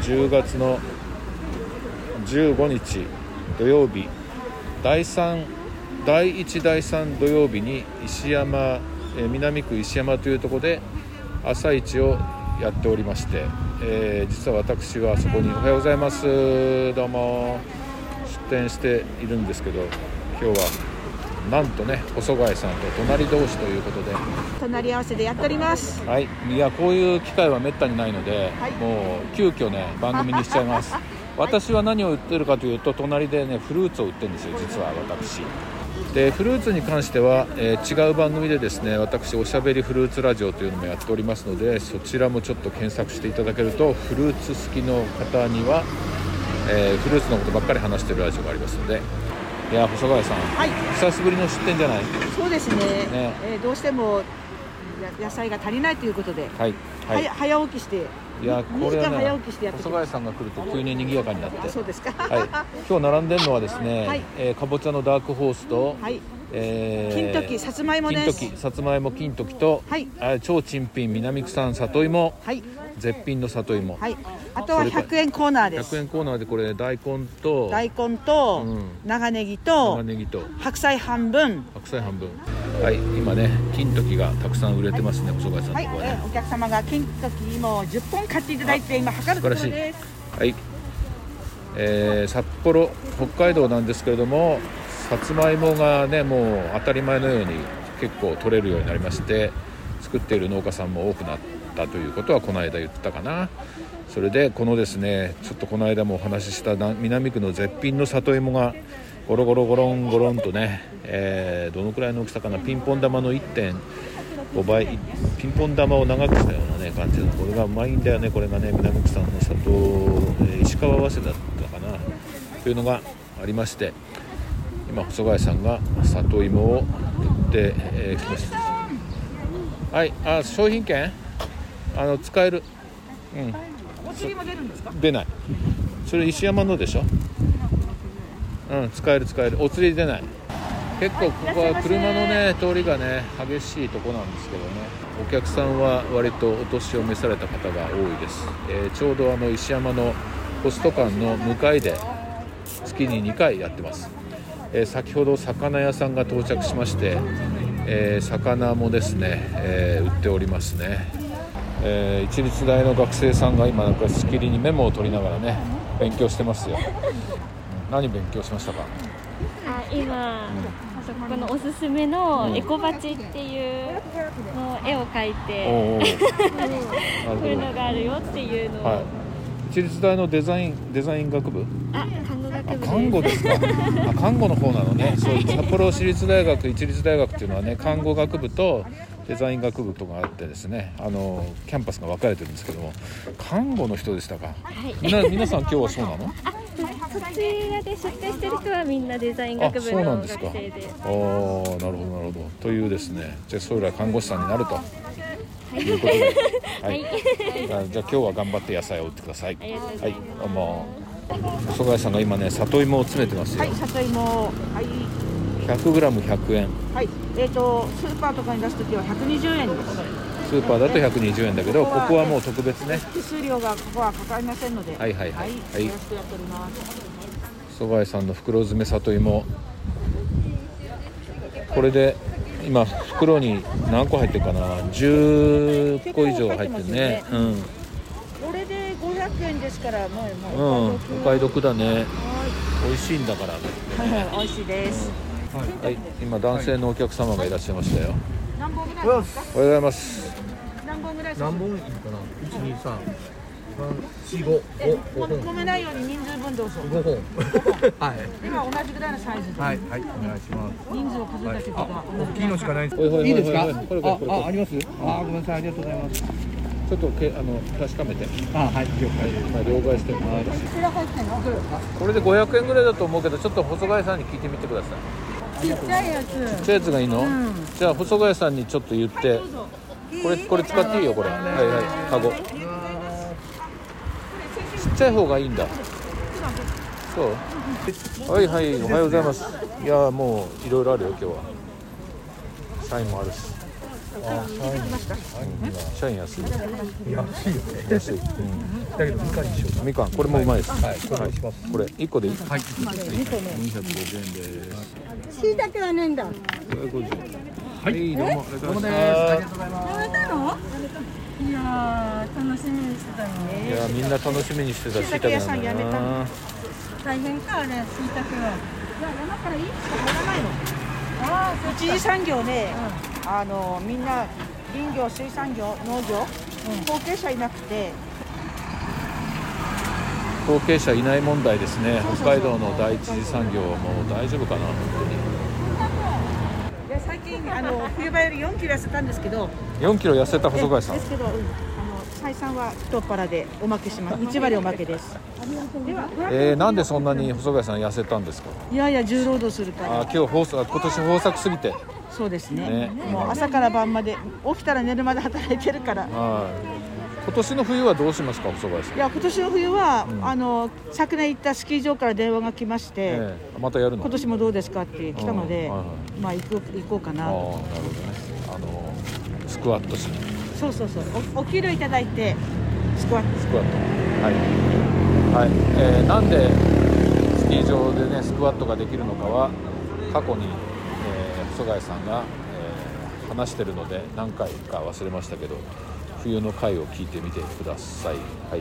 10月の15日土曜日、第1、第3土曜日に石山、南区石山というところで朝市をやっておりまして、実は私はそこにおはようございます、どうも出店しているんですけど、今日はなんとね細貝さんと隣同士ということで隣り合わせでやっております。 はい、いやこういう機会はめったにないので、はい、もう急遽ね番組にしちゃいます私は何を売ってるかというと、隣でねフルーツを売ってるんですよ、実は私で。フルーツに関しては、違う番組でですね、私おしゃべりフルーツラジオというのもやっておりますので、そちらもちょっと検索していただけると、フルーツ好きの方には、フルーツのことばっかり話しているラジオがありますので。いや細貝さん、はい、久しぶりの出店じゃない？ そうですね、どうしても野菜が足りないということで、はいはい、早起きして、 いやこれは、ね、 早起きしてやって細貝さんが来ると急に賑やかになって。 そうですか、 はい、今日並んでるのはですね、はい、かぼちゃのダークホースと、はい、 金時さつまいもです。 さつまいも金時と、はい、超珍品南区産里芋、はい、絶品の里芋、はい、 あとは100円コーナーです。 100円コーナーでこれ大根と、 長ネギと白菜半分、はい、今ね金時がたくさん売れてますね、細貝さんのところはね、 お客様が金時も10本買っていただいて今測るところです。 はい、札幌北海道なんですけれども、さつまいもがねもう当たり前のように結構取れるようになりまして、作っている農家さんも多くなったということはこの間言ってたかな。それでこのですね、ちょっとこの間もお話しした南区の絶品の里芋がゴロゴロゴロンゴロンとね、どのくらいの大きさかな、ピンポン玉の 1.5 倍、ピンポン玉を長くしたような、ね、感じの、これがうまいんだよね。これがね南区産の里、石川早生だったかなというのがありまして、今細貝さんが里芋を売ってきました。はい、商品券使える。 お釣りも出るんですか？ 出ない。それ石山のでしょ。使える。お釣り出ない。結構ここは車のね通りがね激しいとこなんですけどね、お客さんは割とお年を召された方が多いです。ちょうど石山のポスト館の向かいで月に2回やってます。先ほど魚屋さんが到着しまして、魚もですね、売っておりますね。一律大の学生さんが今なんかしきりにメモを取りながらね勉強してますよ。何勉強しましたか？ 今、そこのおすすめのエコバチっていうの絵を描いてこういうのがあるよっていうのを、はい、 一律大のデザイン学部？ 看護学部です。 看護ですか？看護の方なのね。そう札幌市立大学、一律大学っていうのはね、看護学部とデザイン学部とかあってですね、キャンパスが分かれてるんですけども、看護の人でしたか？はい、皆さん今日はそうなの？ そちらで出展してる人はみんなデザイン学部の学生で。 なるほどというですね、じゃあ将来看護師さんになるということで、はい、じゃあ今日は頑張って野菜を売ってください。 ありがとうございます。 細貝さんが今ね里芋を詰めてますよ。 はい、里芋、はい、 100g100 円。 はい、スーパーとかに出すときは120円です。 スーパーだと120円だけど、ここはもう特別ね。 手数料がここはかかりませんので、 はい、安くやっております。 細貝さんの袋詰め里芋、これで今袋に何個入ってるかな、10個以上入ってるね。 これで500円ですから、もうお買い得だね。美味しいんだからね。 美味しいです。 はい、今男性のお客様がいらっしゃいましたよ。 何本ぐらいですか？ おはようございます。 何本ぐらい？ 何本いいかな。1、2、3、4、5。 込めないように人数分どうぞ。 5本。はい。 今同じぐらいのサイズで。 はい、お願いします。 人数を数えたということは大きいのしかないです。 いいですか？ あります？ごめんなさい、ありがとうございます。 ちょっと確かめて。 はい、了解です。 了解してます。これで500円ぐらいだと思うけど、ちょっと細貝さんに聞いてみてください。 ちっちゃいやつ。 ちっちゃいやつがいいの？じゃあ細貝さんにちょっと言って、これ使っていいよこれ。カゴ。ちっちゃい方がいいんだ。そう。はい、おはようございます。いやもういろいろあるよ今日は。サインもあるし。 社員安い。 安いよね。 安い。 だけどみかんにしよう。 みかんこれもうまいです。 はい、お願いします。 これ1個でいい？ はい。 450円です。 しいたけはねえんだ。 550円。はい、どうも。 どうもです。ありがとうございます。 食べたの？いやー楽しみにしてたのいね。 やみんな楽しみにしてたしいたけなんだな。 大変かあれしいたけは。いや山からいいしか入らないの。 ああ、一次産業で、みんな林業、水産業、農業、後継者いなくて。 後継者いない問題ですね。北海道の第一次産業はもう大丈夫かな本当に。 いや最近冬場より4キロ痩せたんですけど。 4キロ痩せた細貝さん。 ですけど、採算は太っ腹でおまけします。1割おまけです。 なんでそんなに細貝さん痩せたんですか？ いやいや重労働するから。 今年豊作すぎて。 そうですね。もう朝から晩まで起きたら寝るまで働いてるから。 今年の冬はどうしますか細貝さん？ いや今年の冬は、昨年行ったスキー場から電話が来まして、 またやるの？ 今年もどうですかって来たので、まあ行こうかな。 なるほどね。スクワットしに。 そう。お給料いただいてスクワット。 はい。なんでスキー場でねスクワットができるのかは過去に、細貝さんが、話してるので何回か忘れましたけど冬の回を聞いてみてください。はい。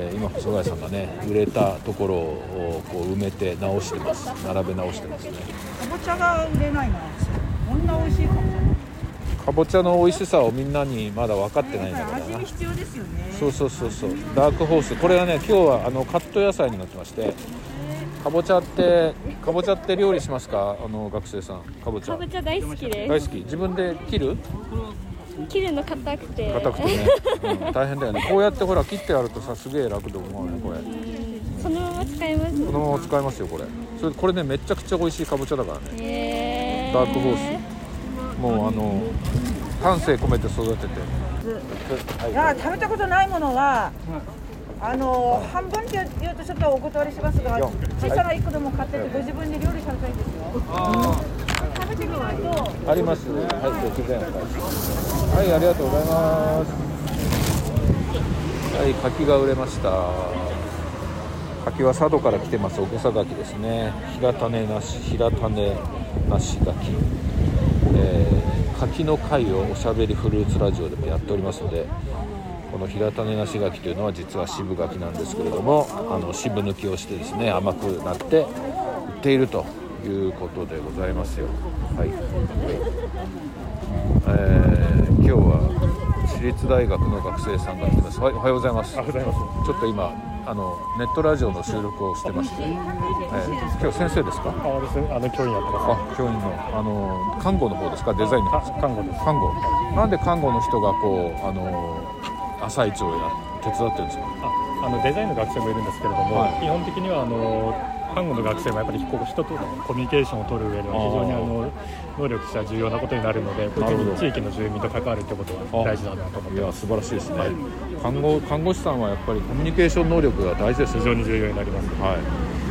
今細貝さんがね売れたところをこう埋めて直してます。並べ直してますね。 かぼちゃが売れないな。こんな美味しいかぼちゃ。 かぼちゃの美味しさをみんなにまだ分かってないんだからな。 味に必要ですよね。 そうダークホースこれはね今日はカット野菜になってましてかぼちゃって料理しますか学生さんかぼちゃ大好きです。 大好き自分で切るの硬くてね、大変だよねこうやってほら切ってあるとさすげえ楽で思うねこれそのまま使えます。 そのまま使えますよこれこれねめちゃくちゃ美味しいかぼちゃだからね、ダークホースもう丹精込めて育てて、 食べたことないものは半分って言うとちょっとお断りしますが小さな1個でも買っててご自分で料理されたいんですよ。食べてみないとあります。はい60円はいありがとうございます。はい柿が売れました。柿は佐渡から来てます。おけさ柿ですね。平種なし柿、柿の会をおしゃべりフルーツラジオでもやっておりますのでこの平種なし柿というのは実は渋柿なんですけれども渋抜きをしてですね甘くなって売っているということでございますよ。はい。今日は私立大学の学生さんが来てます。おはようございます。 おはようございます。 ちょっと今ネットラジオの収録をしてまして、今日先生ですか？ ですね、教員やってます。 教員の看護の方ですか？デザインの方ですか？ 看護です。 看護。なんで看護の人がこう朝市を手伝ってるんですか？ デザインの学生もいるんですけれども、基本的には看護の学生もやっぱり人とのコミュニケーションを取る上では非常に能力としては重要なことになるので、特に地域の住民と関わるということは大事だなと思ってます。 素晴らしいですね。看護師さんはやっぱりコミュニケーション能力が大事です。 非常に重要になります。 はい。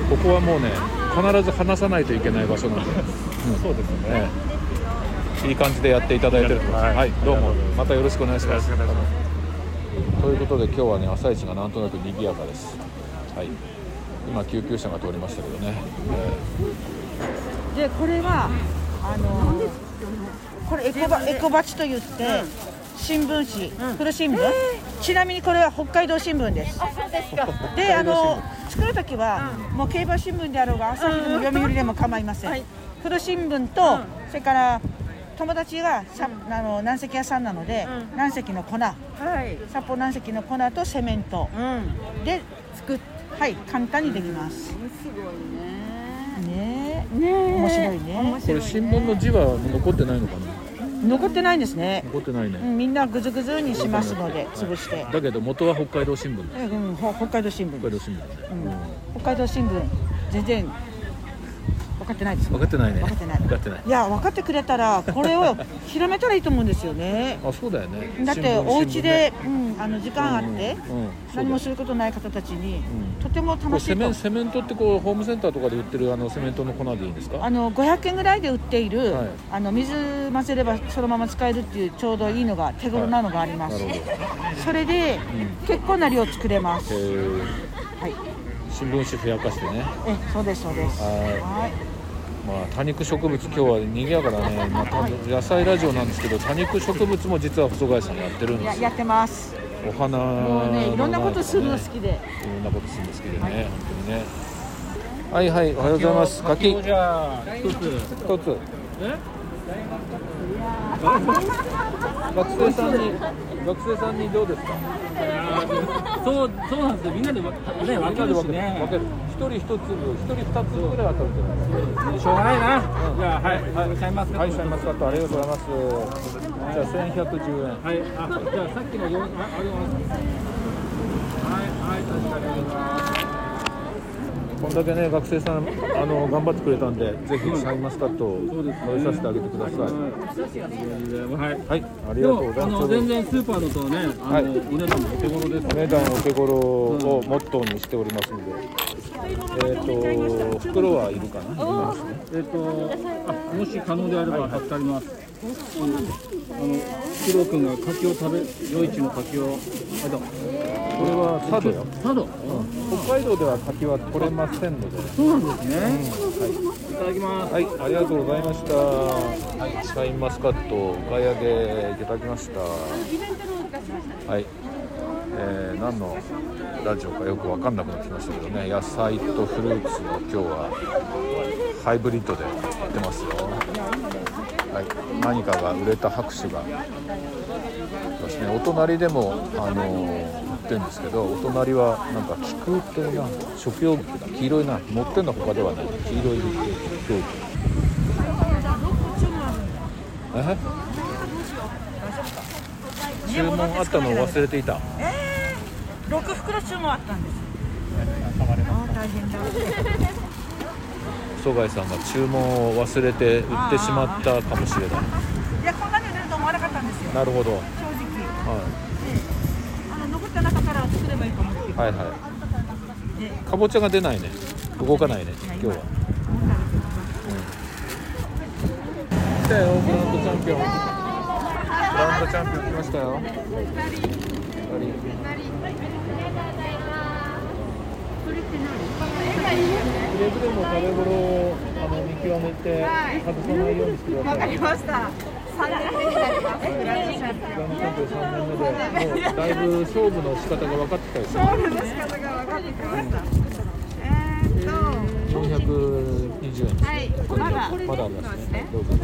ここはもうね必ず話さないといけない場所なんで、 そうですね。 いい感じでやっていただいてると思います。はい。どうもまたよろしくお願いします。ということで今日はね朝市がなんとなく賑やかです。はい。今救急車が通りましたけどね。 でこれはこれエコバチと言って、新聞紙、古新聞、ちなみにこれは北海道新聞です。で作るときは、もう競馬新聞であろうが朝日でも読売でも構いません。古新聞と、それから友達が軟石屋さんなので、軟石の粉、札幌軟石の粉とセメントで作って、簡単にできます。 すごいね。面白いね。 これ新聞の字は残ってないのかな？ 残ってないんですね。 残ってないね。 みんなぐずぐずにしますので潰して。 だけど元は北海道新聞です。 北海道新聞。 北海道新聞ね。 北海道新聞全然分かってないです。 分かってないね。 分かってない。 分かってない。 いや分かってくれたらこれを広めたらいいと思うんですよね。 あ、そうだよね。 だってお家で、時間あって何もすることない方たちにとても楽しいと。 セメントってこうホームセンターとかで売ってるセメントの粉でいいんですか ？500円ぐらいで売っている、水混ぜればそのまま使えるっていうちょうどいいのが手頃なのがあります。それで結構な量作れます。はい。 新聞紙ふやかしてね。 そうですそうです。はい。 まあ多肉植物今日は賑やかだね。野菜ラジオなんですけど多肉植物も実は細貝さんやってるんですよ。 やってます。 お花もうねいろんなことするの好きで。いろんなことするの好きでね、本当にね。はいはい、おはようございます。柿。 じゃあ一つ。 学生さんにどうですか。 そうなんですよ。みんなでね分けるしね。 一人一粒、一人二粒ぐらい当たるじゃないですか。 しょうがないな。じゃあはい、シャインマスカット。 はい、シャインマスカットありがとうございます。じゃあ1110円。 はい。じゃあさっきのあります。はい、確かにあります。 こんだけね学生さん頑張ってくれたんで、ぜひシャインマスカットを食べさせてあげてください。はい、ありがとうございます。 全然スーパーのとね、お値段もお手頃です。 お値段お手頃をモットーにしておりますので、袋はいるかな。 もし可能であれば助かります。ヒロ君が柿を食べ、余市の柿を。 これは佐渡よ。 佐渡。 北海道では柿は取れませんので。 そうなんですね。はい。いただきます。 はい、ありがとうございました。はい、シャインマスカットお買い上げいただきました。はい。何のラジオかよく分かんなくなってきましたけどね、野菜とフルーツを今日はハイブリッドで売ってますよ。はい、何かが売れた拍手が私ね、お隣でも売ってるんですけど、お隣はなんか菊っていうな、食用菊だ、黄色いな、持ってんの他ではない、黄色い菊、注文あったのを忘れていた。 6袋注文あったんです。大変だ。 曽我さんが注文を忘れて売ってしまったかもしれない。 いや、こんなに売れると思わなかったんですよ。 なるほど。 正直。残った中から作ればいいと思って。 はいはい。かぼちゃが出ないね。動かないね。今日は。来たよ、グランドチャンピオン。グランドチャンピオン来ましたよ。くれぐれも食べ頃を見極めて外さないようにしてください。 わかりました。3年目になります。グランドチャンピオン。 グランドチャンピオン3年目で、もうだいぶ勝負の仕方が分かってきたです。 勝負の仕方が分かってきました。 420円。 はい、まだありますね。どうぞ。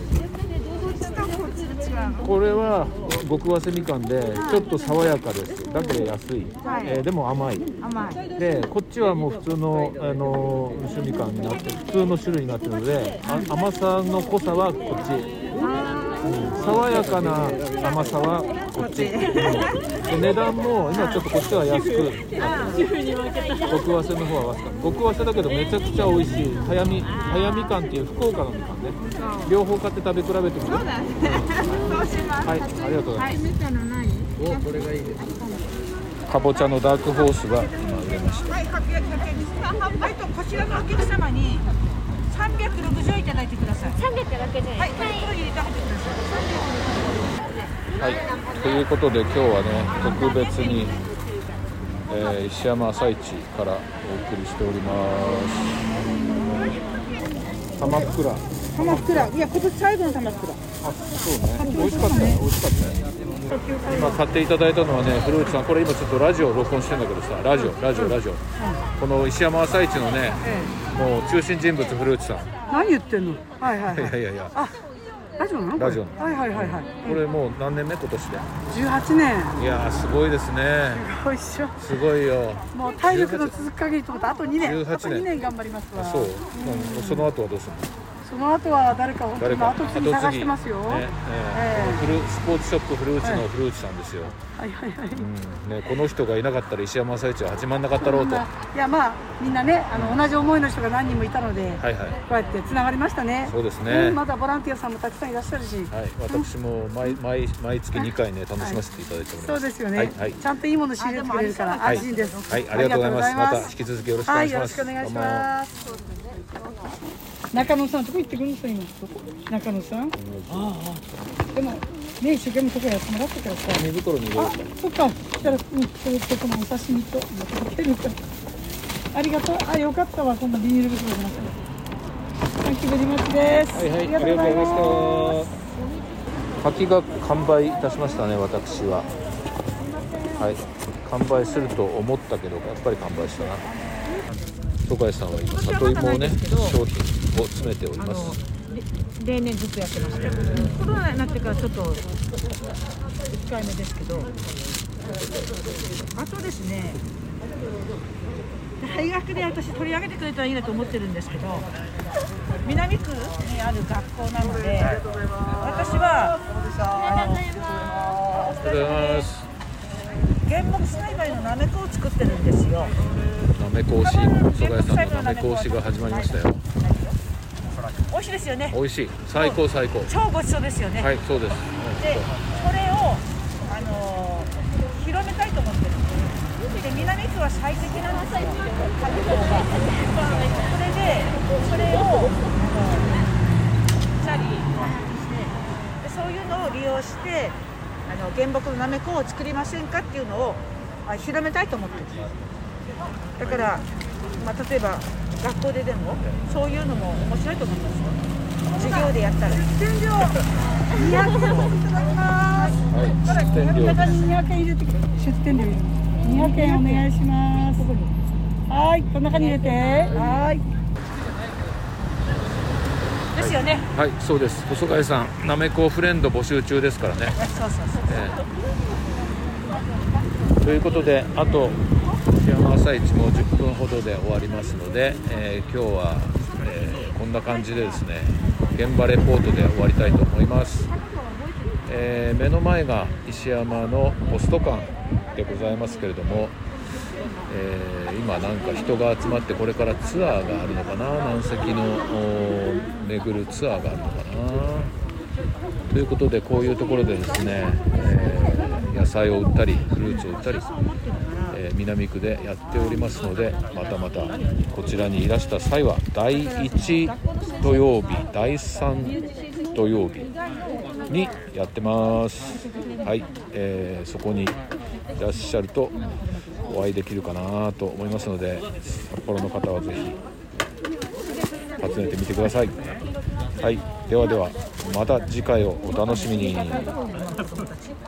これは極早生みかんでちょっと爽やかです。だけど安い。でも甘い。で、こっちはもう普通の種みかんになって、普通の種類になってるので、甘さの濃さはこっち。爽やかな甘さはこっち。で、値段も今ちょっとこっちは安くなってます。極早生の方はわずか。極早だけどめちゃくちゃ美味しい。早みかんっていう福岡のみかんね。両方買って食べ比べてみる。はい、ありがとうございます。これがいいです。かぼちゃのダークホースが今売れました。 はい、800円です。こちらのお客様に360円いただいてください。 360円。 はい、これ入れてあげてください。 はい、ということで今日はね、特別に、石山朝市からお送りしております。玉袋。 玉袋、いや、今年最後の玉袋。 あ、そうね。美味しかったね。美味しかったね。今買っていただいたのはね、古内さん、これ今ちょっとラジオ録音してんだけどさ、ラジオ。この石山朝市のね、もう中心人物古内さん。 何言ってんの。はい。 いや。 あ、ラジオなの。 ラジオ。 はい。 これもう何年目今年で。 18年。 いやー、すごいですね。 すごいっしょ。 すごいよ。 もう体力の続く限りってこと、あと2年。 18年。 あと2年頑張りますわ。 そう。その後はどうするの？ その後は誰か本当に後継ぎ探してますよ。 スポーツショップフルーツの古内さんですよ。この人がいなかったら石山朝市は始まんなかったろうと。いやまあみんなね同じ思いの人が何人もいたので、こうやってつながりましたね。 そうですね。 まだボランティアさんもたくさんいらっしゃるし、 私も毎月2回ね楽しませていただいております。 そうですよね。ちゃんといいもの仕入れてくれるから安心です。 はい、ありがとうございます。また引き続きよろしくお願いします。 よろしくお願いします。中野さんどこ行ってくるんですか今。中野さん。でもね一生懸命とこやってもらったからさ。 紙袋に入れる。 そっか。したらこのお刺身といけるか。ありがとう。よかったわこんなビニール袋じゃなくて。サンキューベリーマッチです。 ありがとうございました。柿が完売いたしましたね私は。完売すると思ったけどやっぱり完売したな。戸貝さんは今里芋をね商品を詰めております。 例年ずっとやってました。コロナになってからちょっと1回目ですけど、あとですね大学で私取り上げてくれたらいいなと思ってるんですけど、南区にある学校なので私は原木栽培のなめこを作ってるんですよ。 なめこ推し、曽我さんのなめこ推しが始まりましたよ。 美味しいですよね。 美味しい、最高。 超ごちそうですよね。 はい、そうです。 で、それを広めたいと思ってる。で、南区は最適なんですよ。活動が。それをチャリしてで、そういうのを利用して原木のなめこを作りませんかっていうのを広めたいと思ってる。だから、例えば学校ででもそういうのも面白いと思いますよ。授業でやったら。出店料200円いただきます。 出店料。 200円入れてくれ。出店料200円お願いします。はい、こんな感じ入れて。はい。 ですよね。 はい、そうです。細貝さん、なめこフレンド募集中ですからね。 そう。 ということで、あと石山朝市も10分ほどで終わりますので、今日は、こんな感じでですね、現場レポートで終わりたいと思います。目の前が石山のポスト館でございますけれども、今なんか人が集まってこれからツアーがあるのかな、満席の巡るツアーがあるのかなということで、こういうところでですね、野菜を売ったりフルーツを売ったり、南区でやっておりますので、またこちらにいらした際は第1土曜日第3土曜日にやってます。はい、そこにいらっしゃるとお会いできるかなと思いますので、札幌の方はぜひ訪ねてみてください。はい、ではまた次回をお楽しみに。